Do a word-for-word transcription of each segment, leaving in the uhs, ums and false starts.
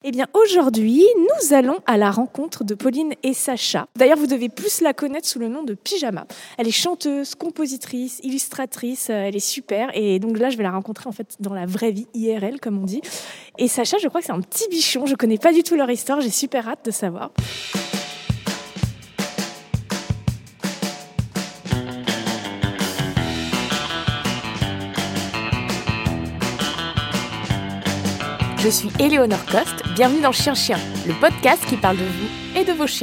Eh bien, aujourd'hui, nous allons à la rencontre de Pauline et Sacha. D'ailleurs, vous devez plus la connaître sous le nom de Pyjama. Elle est chanteuse, compositrice, illustratrice, elle est super. Et donc là, je vais la rencontrer en fait dans la vraie vie, I R L, comme on dit. Et Sacha, je crois que c'est un petit bichon. Je connais pas du tout leur histoire. J'ai super hâte de savoir. Je suis Éléonore Coste, bienvenue dans Chien Chien, le podcast qui parle de vous et de vos chiens.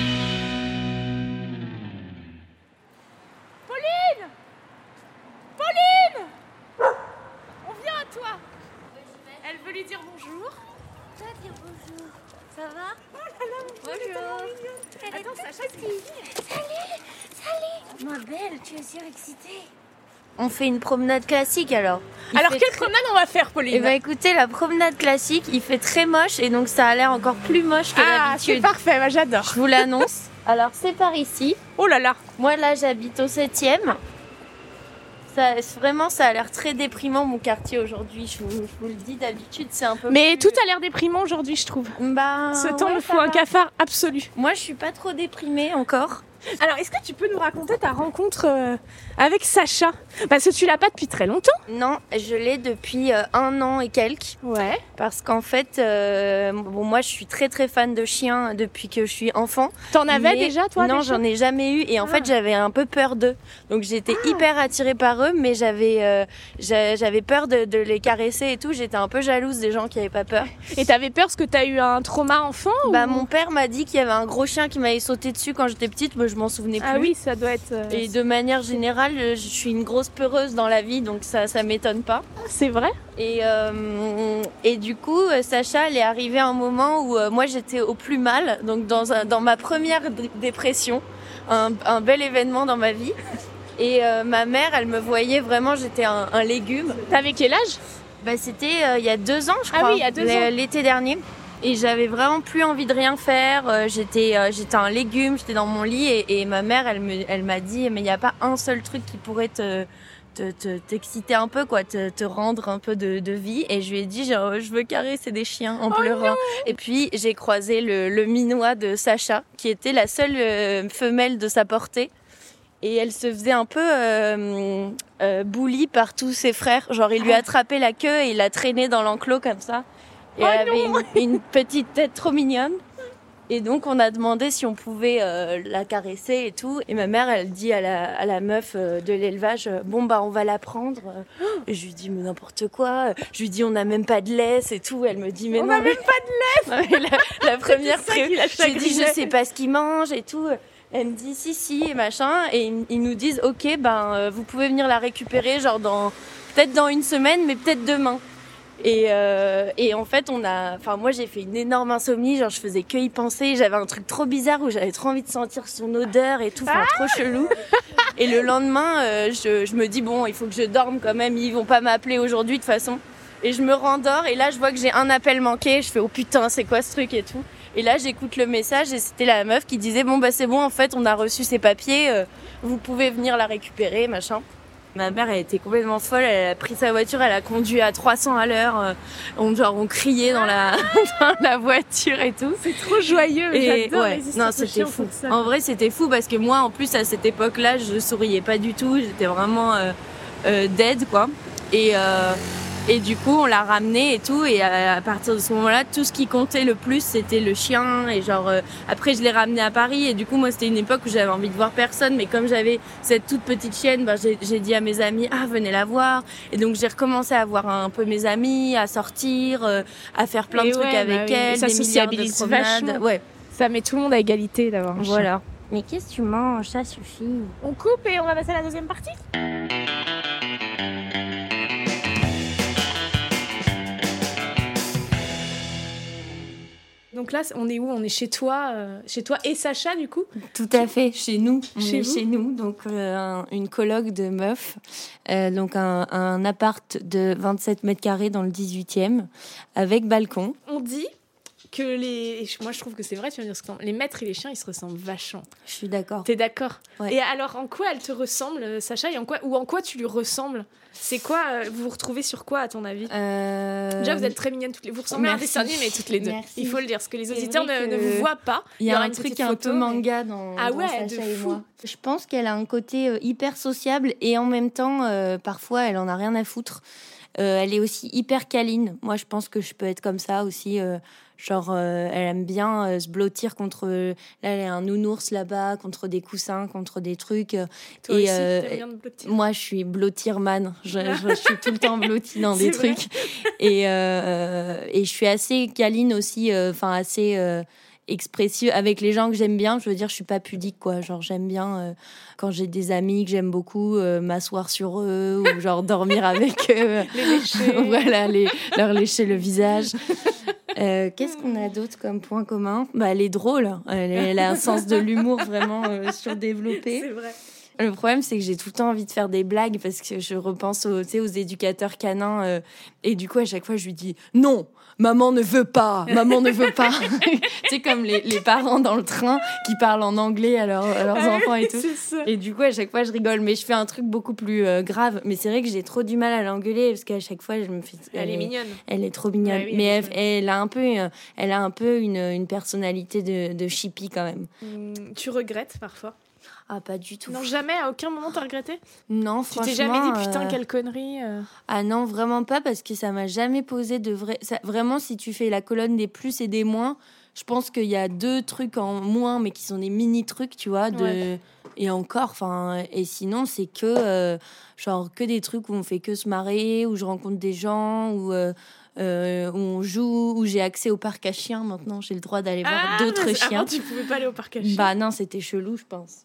Pauline Pauline On vient à toi. Elle veut lui dire bonjour. Toi, dire bonjour. Ça va? Oh là là, bonjour. Attends, Sacha, c'est... Salut Salut Ma belle, tu es surexcitée. On fait une promenade classique alors. Il alors quelle très... promenade on va faire, Pauline? Eh bien écoutez, la promenade classique, il fait très moche et donc ça a l'air encore plus moche que ah, d'habitude. C'est parfait, moi j'adore. Je vous l'annonce. Alors c'est par ici. Oh là là. Moi là j'habite au septième. Ça, vraiment ça a l'air très déprimant mon quartier aujourd'hui, je vous, je vous le dis, d'habitude c'est un peu Mais plus... tout a l'air déprimant aujourd'hui je trouve. Bah, Ce temps ouais, me faut un cafard absolu. Moi je suis pas trop déprimée encore. Alors, est-ce que tu peux nous raconter ta rencontre euh, avec Sacha? Parce que tu l'as pas depuis très longtemps. Non, je l'ai depuis euh, un an et quelques. Ouais. Parce qu'en fait, euh, bon, moi, je suis très très fan de chiens depuis que je suis enfant. T'en avais déjà, toi? Non, j'en ai jamais eu. Et en ah. fait, j'avais un peu peur d'eux. Donc, j'étais ah. hyper attirée par eux, mais j'avais euh, j'avais peur de, de les caresser et tout. J'étais un peu jalouse des gens qui avaient pas peur. Et t'avais peur parce que t'as eu un trauma enfant? Bah, ou... mon père m'a dit qu'il y avait un gros chien qui m'avait sauté dessus quand j'étais petite. Mais je m'en souvenais plus. Ah oui, ça doit être... Euh... Et de manière générale, je suis une grosse peureuse dans la vie, donc ça, ça m'étonne pas. C'est vrai? Et, euh, et du coup, Sacha, elle est arrivée à un moment où euh, moi j'étais au plus mal, donc dans, un, dans ma première d- dépression, un, un bel événement dans ma vie. Et euh, ma mère, elle me voyait vraiment, j'étais un, un légume. T'avais quel âge? Bah, c'était euh, il y a deux ans, je crois. Ah oui, il y a deux ans. L'été dernier. Et j'avais vraiment plus envie de rien faire. Euh, j'étais, euh, j'étais un légume, j'étais dans mon lit et, et ma mère, elle me, elle m'a dit, mais il n'y a pas un seul truc qui pourrait te, te, te t'exciter un peu, quoi, te, te rendre un peu de, de vie. Et je lui ai dit, genre, je veux caresser des chiens en oh pleurant. Non. Et puis j'ai croisé le, le minois de Sacha, qui était la seule euh, femelle de sa portée. Et elle se faisait un peu euh, euh, bully par tous ses frères. Genre, il lui a attrapé la queue et il l'a traînée dans l'enclos comme ça. Et oh elle avait non. une, une petite tête trop mignonne. Et donc, on a demandé si on pouvait euh, la caresser et tout. Et ma mère, elle dit à la, à la meuf euh, de l'élevage, euh, bon, bah, on va la prendre. Et je lui dis, mais n'importe quoi. Je lui dis, on n'a même pas de laisse et tout. Elle me dit, mais on non. On n'a même pas de laisse. la, la première pré... Je lui dis, je sais pas ce qu'il mange et tout. Elle me dit, si, si, et machin. Et ils nous disent, ok, ben, euh, vous pouvez venir la récupérer, genre, dans, peut-être dans une semaine, mais peut-être demain. Et, euh, et en fait, on a, enfin moi j'ai fait une énorme insomnie, genre je faisais que y penser, j'avais un truc trop bizarre où j'avais trop envie de sentir son odeur et tout, enfin trop chelou. Et le lendemain, euh, je, je me dis bon, il faut que je dorme quand même, ils vont pas m'appeler aujourd'hui de toute façon. Et je me rendors et là je vois que j'ai un appel manqué, je fais oh putain c'est quoi ce truc et tout. Et là j'écoute le message et c'était la meuf qui disait bon bah c'est bon en fait on a reçu ses papiers, euh, vous pouvez venir la récupérer machin. Ma mère, elle était complètement folle. Elle a pris sa voiture, elle a conduit à trois cents à l'heure. On, genre, on criait dans la, dans la voiture et tout. C'est trop joyeux. Et j'adore ouais, les histoires non, c'était fou. Ça. En vrai, c'était fou parce que moi, en plus, à cette époque-là, je souriais pas du tout. J'étais vraiment euh, euh, dead, quoi. Et, euh, et du coup, on l'a ramené et tout. Et à, à partir de ce moment-là, tout ce qui comptait le plus, c'était le chien. Et genre, euh, après, je l'ai ramené à Paris. Et du coup, moi, c'était une époque où j'avais envie de voir personne. Mais comme j'avais cette toute petite chienne, bah, j'ai, j'ai dit à mes amis, ah, venez la voir. Et donc, j'ai recommencé à voir un peu mes amis, à sortir, euh, à faire plein et de trucs ouais, avec bah, elle. Oui. Ça des sociabilise milliards de promenades. vachement. Ouais. Ça met tout le monde à égalité d'avoir un voilà. chien. Mais qu'est-ce que tu manges? Ça suffit. On coupe et on va passer à la deuxième partie. Donc là, on est où? On est chez toi, euh, chez toi et Sacha, du coup? Tout à fait, chez nous. On chez est vous chez nous, donc euh, un, une coloc de meufs, euh, donc un, un appart de vingt-sept mètres carrés dans le dix-huitième, avec balcon. On dit que les... Moi, je trouve que c'est vrai, tu vas me dire, les maîtres et les chiens, ils se ressemblent vachement. Je suis d'accord. T'es d'accord? Ouais. Et alors, en quoi elle te ressemble, Sacha, et en quoi... ou en quoi tu lui ressembles? C'est quoi, euh, vous vous retrouvez sur quoi, à ton avis? euh... Déjà, vous êtes très mignonnes toutes les... Vous ressemblez Merci. à un dessin animé, toutes les deux. Merci. Il faut le dire, parce que les C'est auditeurs vrai ne, que ne vous voient pas. Il y a aura un une truc petite qui est un peu photo, manga dans, Ah dans ouais, Sacha de et fou. moi. Je pense qu'elle a un côté euh, hyper sociable et en même temps, euh, parfois, elle en a rien à foutre. Euh, elle est aussi hyper câline. Moi, je pense que je peux être comme ça aussi. Euh, genre, euh, elle aime bien euh, se blottir contre... Là, elle a un nounours là-bas, contre des coussins, contre des trucs. Toi et aussi, euh, t'aimes bien te blottir. moi, je suis blottir-man. Je, je, je suis tout le temps blottie dans des C'est vrai. trucs. Et, euh, et je suis assez câline aussi, enfin, assez... Euh, expressive avec les gens que j'aime bien. Je veux dire, je suis pas pudique, quoi. Genre, j'aime bien euh, quand j'ai des amis que j'aime beaucoup, euh, m'asseoir sur eux ou genre dormir avec eux. Les lécher. Voilà, les, leur lécher le visage. Euh, qu'est-ce qu'on a d'autre comme point commun? Bah, elle est drôle. Elle, elle a un sens de l'humour vraiment euh, surdéveloppé. C'est vrai. Le problème, c'est que j'ai tout le temps envie de faire des blagues parce que je repense aux, tu sais, aux éducateurs canins. Euh, et du coup, à chaque fois, je lui dis « Non, maman ne veut pas, maman ne veut pas. » Tu sais, comme les, les parents dans le train qui parlent en anglais à, leur- à leurs Ah enfants oui, et tout. c'est ça. Et du coup, à chaque fois, je rigole. Mais je fais un truc beaucoup plus euh, grave. Mais c'est vrai que j'ai trop du mal à l'engueuler parce qu'à chaque fois, je me fais... Elle est mignonne. Elle est trop mignonne. Ouais, oui, mais elle elle, est elle a un peu, euh, elle a un peu une, une personnalité de, de chippie quand même. Hum, tu regrettes parfois? Ah, pas du tout. Non, jamais, à aucun moment t'as regretté? Non, Tu franchement... t'es jamais dit, putain, euh, quelle connerie euh. Ah non, vraiment pas, parce que ça m'a jamais posé de vrai... Ça, vraiment, si tu fais la colonne des plus et des moins, je pense qu'il y a deux trucs en moins, mais qui sont des mini-trucs, tu vois, de... Ouais. Et encore, enfin... Et sinon, c'est que... euh, genre, que des trucs où on fait que se marrer, où je rencontre des gens, où... Euh, euh, où on joue, où j'ai accès au parc à chiens maintenant, j'ai le droit d'aller voir Ah, d'autres mais chiens. Avant, tu pouvais pas aller au parc à chiens. Bah non, c'était chelou, je pense.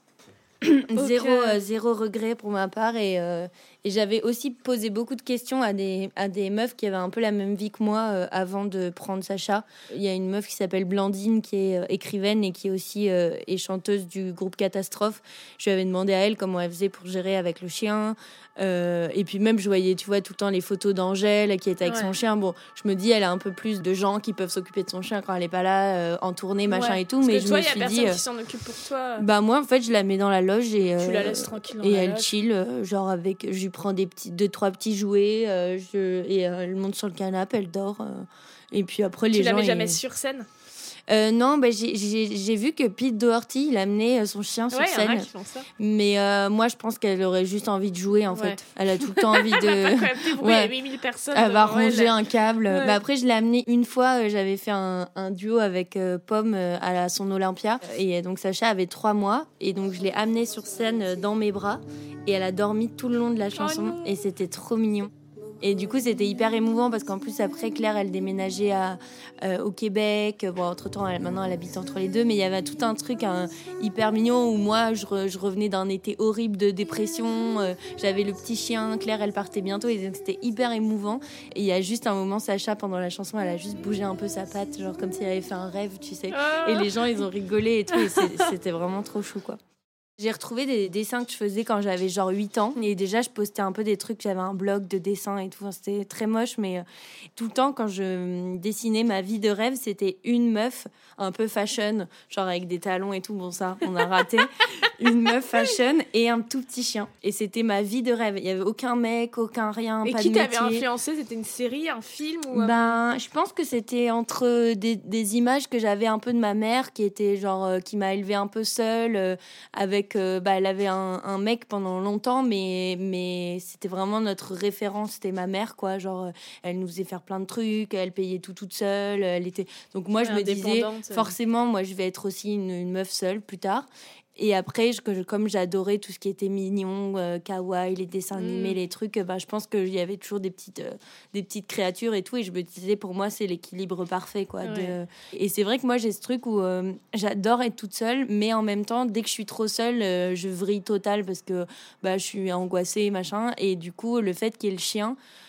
Zéro, euh, zéro regret pour ma part. Et, euh, et j'avais aussi posé beaucoup de questions à des, à des meufs qui avaient un peu la même vie que moi euh, avant de prendre Sacha. Il y a une meuf qui s'appelle Blandine, qui est euh, écrivaine et qui est aussi euh, est chanteuse du groupe Catastrophe. Je lui avais demandé à elle comment elle faisait pour gérer avec le chien. Euh, et puis même, je voyais, tu vois, tout le temps les photos d'Angèle qui était avec Ouais. son chien. Bon, je me dis, elle a un peu plus de gens qui peuvent s'occuper de son chien quand elle n'est pas là, euh, en tournée, machin Ouais. et tout. Parce Mais que je toi, me y a suis personne dit... euh, qui s'en occupe pour toi. Bah moi, en fait, je la mets dans la loge et... Tu la euh, laisses tranquille dans et la elle loge. chill, euh, genre avec, je lui prends des petits, deux trois petits jouets, euh, je, et euh, elle monte sur le canapé, elle dort. euh, et puis après les Tu gens. la mets ils- jamais sur scène? Euh, non, bah, j'ai, j'ai, j'ai vu que Pete Doherty, il amenait euh, son chien sur Ouais, il y en a scène. qui font ça. Mais euh, moi, je pense qu'elle aurait juste envie de jouer en Ouais. fait. Elle a tout le temps envie Elle a pas de. quand même dit pourquoi il y Ouais. avait huit mille personnes. Elle va devant elle. ronger un câble. Ouais. Mais après, je l'ai amenée une fois. euh, J'avais fait un, un duo avec euh, Pomme euh, à la, son Olympia. Et euh, donc, Sacha avait trois mois. Et donc, je l'ai amenée sur scène euh, dans mes bras. Et elle a dormi tout le long de la chanson. non. Et c'était trop mignon. Et du coup, c'était hyper émouvant parce qu'en plus, après, Claire, elle déménageait à, euh, au Québec. Bon, entre-temps, elle, maintenant, elle habite entre les deux. Mais il y avait tout un truc hein, hyper mignon où moi, je, re- je revenais d'un été horrible de dépression. Euh, j'avais le petit chien. Claire, elle partait bientôt. Et donc, c'était hyper émouvant. Et il y a juste un moment, Sacha, pendant la chanson, elle a juste bougé un peu sa patte, genre comme si elle avait fait un rêve, tu sais. Ah. Et les gens, ils ont rigolé et tout. Et c'est- c'était vraiment trop chou, quoi. J'ai retrouvé des dessins que je faisais quand j'avais genre huit ans. Et déjà, je postais un peu des trucs. J'avais un blog de dessins et tout. Enfin, c'était très moche, mais euh, tout le temps, quand je dessinais ma vie de rêve, c'était une meuf un peu fashion, genre avec des talons et tout. Bon, ça, on a raté. Une meuf fashion et un tout petit chien. Et c'était ma vie de rêve. Il n'y avait aucun mec, aucun rien, Et pas qui de t'avait métier. influencé? C'était une série, un film ou un- Ben, je pense que c'était entre des, des images que j'avais un peu de ma mère, qui était genre, euh, qui m'a élevée un peu seule, euh, avec, euh, bah, elle avait un, un mec pendant longtemps, mais, mais c'était vraiment notre référence, c'était ma mère, quoi. Genre, euh, elle nous faisait faire plein de trucs, elle payait tout toute seule, elle était. Donc moi, je me disais, Indépendante. forcément, moi, je vais être aussi une, une meuf seule plus tard. Et après, je, que je- comme j'adorais tout ce qui était mignon, euh, kawaii, les dessins animés, Mm. les trucs, euh, bah, je pense qu'il y avait toujours des petites, euh, des petites créatures et tout. Et je me disais, pour moi, c'est l'équilibre parfait, quoi. Ouais. De... Et c'est vrai que moi, j'ai ce truc où euh, j'adore être toute seule, mais en même temps, dès que je suis trop seule, euh, je vrille total parce que bah, je suis angoissée, machin. Et du coup, le fait qu'il y ait le chien,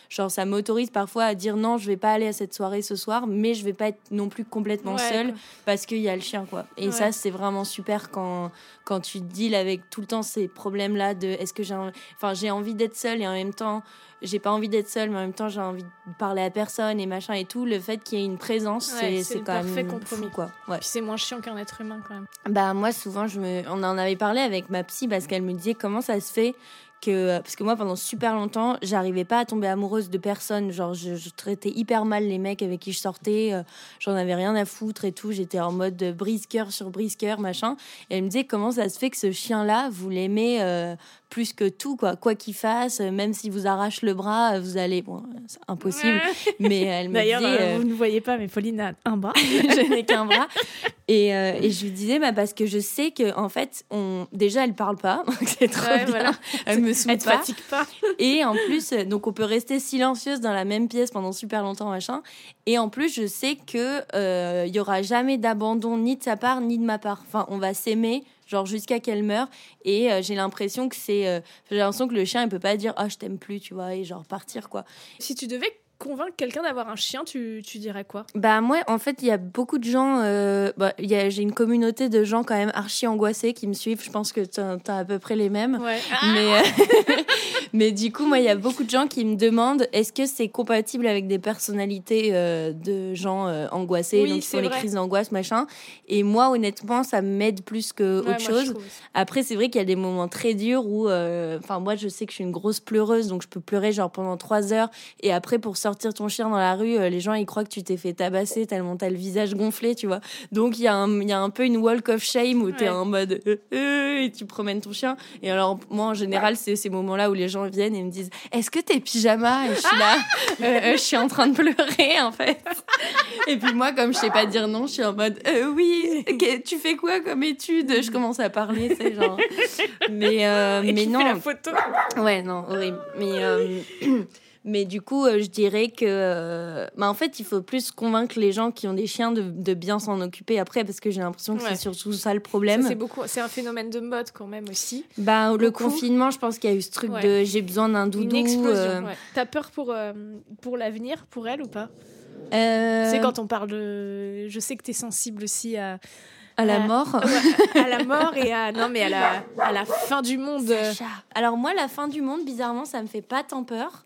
genre ça m'autorise parfois à dire non, je vais pas aller à cette soirée ce soir, mais je vais pas être non plus complètement Ouais, seule quoi. parce qu'il y a le chien, quoi. Et Ouais. ça, c'est vraiment super quand, quand tu deals avec tout le temps ces problèmes-là de est-ce que j'ai, un... enfin, j'ai envie d'être seule et en même temps, j'ai pas envie d'être seule, mais en même temps, j'ai envie de parler à personne et machin et tout. Le fait qu'il y ait une présence, Ouais, c'est, c'est c'est le quand parfait même compromis. fou, quoi. Ouais. Puis c'est moins chiant qu'un être humain quand même. Bah moi souvent je me on en avait parlé avec ma psy parce qu'elle me disait comment ça se fait que parce que moi pendant super longtemps j'arrivais pas à tomber amoureuse de personne, genre je, je traitais hyper mal les mecs avec qui je sortais, euh, j'en avais rien à foutre et tout, j'étais en mode brise-cœur sur brise-cœur machin, et elle me disait comment ça se fait que ce chien là vous l'aimez euh, plus que tout, quoi quoi qu'il fasse, même si vous arrache le bras vous allez bon c'est impossible mais elle me D'ailleurs, disait euh, euh, vous ne voyez pas, mais Pauline a un bras. je n'ai qu'un bras. Et, euh, et je lui disais, bah, parce que je sais que en fait, on... déjà, elle parle pas. Donc c'est trop Ouais, bien. voilà. Elle me saoule Elle te pas. fatigue pas. Et en plus, euh, donc on peut rester silencieuse dans la même pièce pendant super longtemps, machin. Et en plus, je sais que euh, il y aura jamais d'abandon ni de sa part ni de ma part. Enfin, on va s'aimer. Genre jusqu'à qu'elle meure, et euh, j'ai l'impression que c'est euh, j'ai l'impression que le chien il peut pas dire ah oh, je t'aime plus, tu vois, et genre partir, quoi. Si tu devais convaincre quelqu'un d'avoir un chien, tu, tu dirais quoi? Bah moi en fait il y a beaucoup de gens euh, bah, y a, j'ai une communauté de gens quand même archi angoissés qui me suivent, je pense que t'as, t'as à peu près les mêmes. Ouais. mais euh, mais du coup moi il y a beaucoup de gens qui me demandent est-ce que c'est compatible avec des personnalités euh, de gens euh, angoissés, Oui, donc qui c'est font les vrai. crises d'angoisse machin, et moi honnêtement ça m'aide plus que Ouais, autre moi, je chose. trouve aussi. Après, c'est vrai qu'il y a des moments très durs où, enfin, euh, moi, je sais que je suis une grosse pleureuse, donc je peux pleurer genre pendant trois heures. Et après, pour sortir ton chien dans la rue, euh, les gens ils croient que tu t'es fait tabasser tellement t'as le visage gonflé, tu vois. Donc il y a un, il y a un peu une walk of shame où t'es Ouais. en mode euh, euh, et tu promènes ton chien. Et alors moi, en général, c'est ces moments-là où les gens viennent et me disent est-ce que t'es pyjama? Et je suis là, euh, euh, je suis en train de pleurer en fait. Et puis moi, comme je sais pas dire non, je suis en mode euh, oui. Ok, tu fais quoi comme étude? Je commence à parler, c'est genre. Mais euh, Et mais tu non. fais la photo. Ouais, non, horrible. Mais euh, mais du coup, euh, je dirais que euh, bah en fait, il faut plus convaincre les gens qui ont des chiens de, de bien s'en occuper après, parce que j'ai l'impression que Ouais. c'est surtout ça le problème. Ça, c'est beaucoup. C'est un phénomène de mode quand même aussi. Bah, le Beaucoup. confinement, je pense qu'il y a eu ce truc Ouais. de j'ai besoin d'un doudou. Une explosion. euh, Ouais. T'as peur pour, euh, pour l'avenir, pour elle ou pas? euh, C'est quand on parle de. Je sais que t'es sensible aussi à, à la euh, mort. ouais, à la mort et à. Non, mais à la, à la fin du monde. Sacha. Alors moi, la fin du monde, bizarrement, ça me fait pas tant peur.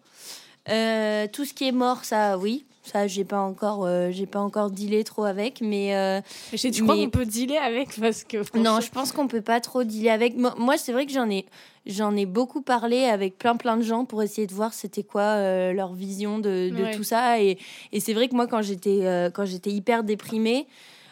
Euh, tout ce qui est mort, ça, oui. Ça, j'ai pas encore, euh, j'ai pas encore dealé trop avec, mais euh, Mais je- tu crois mais- qu'on peut dealer avec? Parce que. non, franchement- je pense qu'on peut pas trop dealer avec. Moi, moi, c'est vrai que j'en ai, j'en ai beaucoup parlé avec plein plein de gens pour essayer de voir c'était quoi euh, leur vision de, de Ouais. tout ça. Et, et c'est vrai que moi, quand j'étais, euh, quand j'étais hyper déprimée,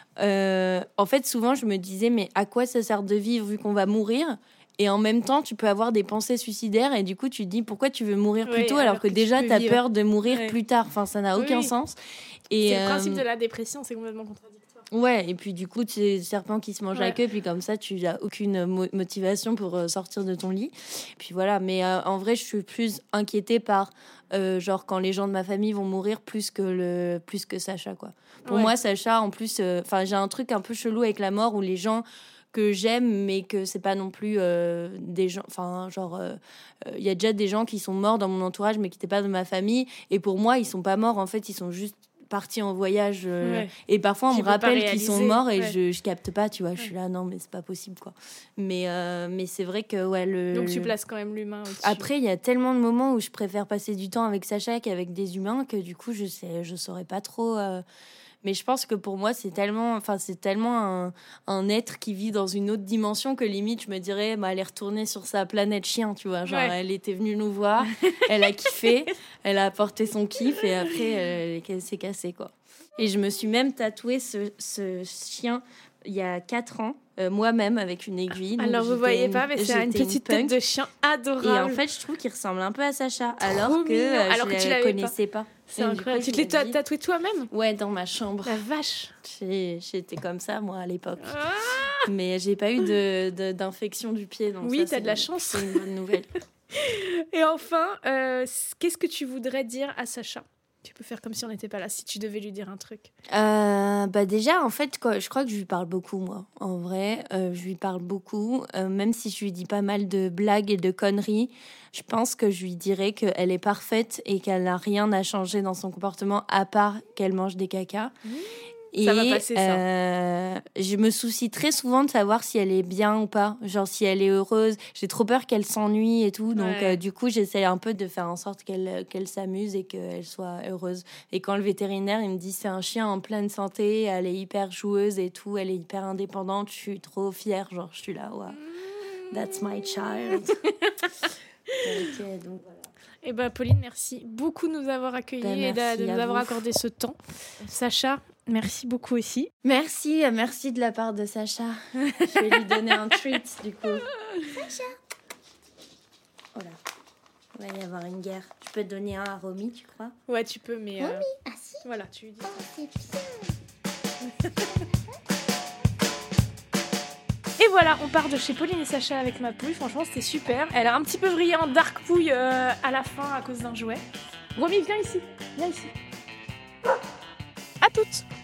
euh, en fait, souvent, je me disais mais à quoi ça sert de vivre vu qu'on va mourir? Et en même temps, tu peux avoir des pensées suicidaires et du coup, tu te dis pourquoi tu veux mourir plus Ouais, tôt alors, alors que, que tu déjà, peux tu as vivre. peur de mourir Ouais. plus tard. Enfin, ça n'a Oui, aucun oui. sens. Et, C'est le euh, principe de la dépression, c'est complètement contradictoire. Ouais, et puis du coup, c'est le serpent qui se mange la Ouais. queue, puis comme ça, tu n'as aucune mo- motivation pour euh, sortir de ton lit. Puis voilà, mais euh, en vrai, je suis plus inquiétée par, euh, genre, quand les gens de ma famille vont mourir plus que, le, plus que Sacha, quoi. Pour Ouais. moi, Sacha, en plus, enfin, j'ai un truc un peu chelou avec la mort où les gens que j'aime, mais que c'est pas non plus euh, des gens, enfin, genre, il euh, euh, y a déjà des gens qui sont morts dans mon entourage, mais qui n'étaient pas de ma famille, et pour moi, ils sont pas morts, en fait, ils sont juste partis en voyage euh, Ouais. et parfois on Tu me peux pas rappelle qu'ils sont réaliser, morts et ouais. je, je capte pas, tu vois, je suis là non mais c'est pas possible, quoi. Mais euh, mais c'est vrai que ouais le Donc tu places quand même l'humain au-dessus. après il y a tellement de moments où je préfère passer du temps avec Sacha qu'avec des humains que du coup je sais je saurais pas trop euh, mais je pense que pour moi c'est tellement enfin c'est tellement un, un être qui vit dans une autre dimension que limite je me dirais bah elle est retournée sur sa planète chien, tu vois, genre Ouais. elle était venue nous voir, elle a kiffé, elle a apporté son kiff et après elle, elle s'est cassée, quoi. Et je me suis même tatoué ce, ce chien il y a quatre ans, euh, moi-même, avec une aiguille. Donc Alors vous j'étais voyez une- pas, mais c'est une j'étais petite punk. tête de chien adorable. Et en fait, je trouve qu'il ressemble un peu à Sacha, alors que, mignon. euh, Alors je que tu ne l'avais connaissais pas. C'est Et du incroyable. coup, Tu je te l'es l'ai ta- dit. tatoué toi-même? Ouais, dans ma chambre. La vache. J'ai- J'étais comme ça, moi, à l'époque. Ah Mais j'ai pas eu de, de- d'infection du pied. Donc Oui, ça, t'as c'est- de la chance. C'est une bonne nouvelle. Et enfin, euh, qu'est-ce que tu voudrais dire à Sacha? Tu peux faire comme si on n'était pas là, si tu devais lui dire un truc. Euh, bah déjà, en fait, quoi, je crois que je lui parle beaucoup, moi. En vrai, euh, je lui parle beaucoup. Euh, même si je lui dis pas mal de blagues et de conneries, je pense que je lui dirais qu'elle est parfaite et qu'elle n'a rien à changer dans son comportement à part qu'elle mange des cacas. Mmh. Et ça va passer, ça. Euh, je me soucie très souvent de savoir si elle est bien ou pas, genre si elle est heureuse. J'ai trop peur qu'elle s'ennuie et tout, donc ouais. euh, du coup j'essaie un peu de faire en sorte qu'elle qu'elle s'amuse et qu'elle soit heureuse. Et quand le vétérinaire il me dit c'est un chien en pleine santé, elle est hyper joueuse et tout, elle est hyper indépendante, je suis trop fière, genre je suis là, wow, that's my child. Ok, donc voilà. Eh ben, Pauline, merci beaucoup de nous avoir accueillis ben, et de, de nous avoir accordé ce temps. Sacha, merci beaucoup aussi. Merci, merci de la part de Sacha. Je vais lui donner un treat du coup. Sacha. Oh là, il va y avoir une guerre. Je peux te donner un à Romy, tu crois? Ouais, tu peux, mais... Romy, euh... ah si. Voilà, tu lui dis. Oh, c'est bien. Et voilà, on part de chez Pauline et Sacha avec ma pouille. Franchement, c'était super. Elle a un petit peu vrillé en dark pouille euh, à la fin à cause d'un jouet. Romy, viens ici. Viens ici. À toutes.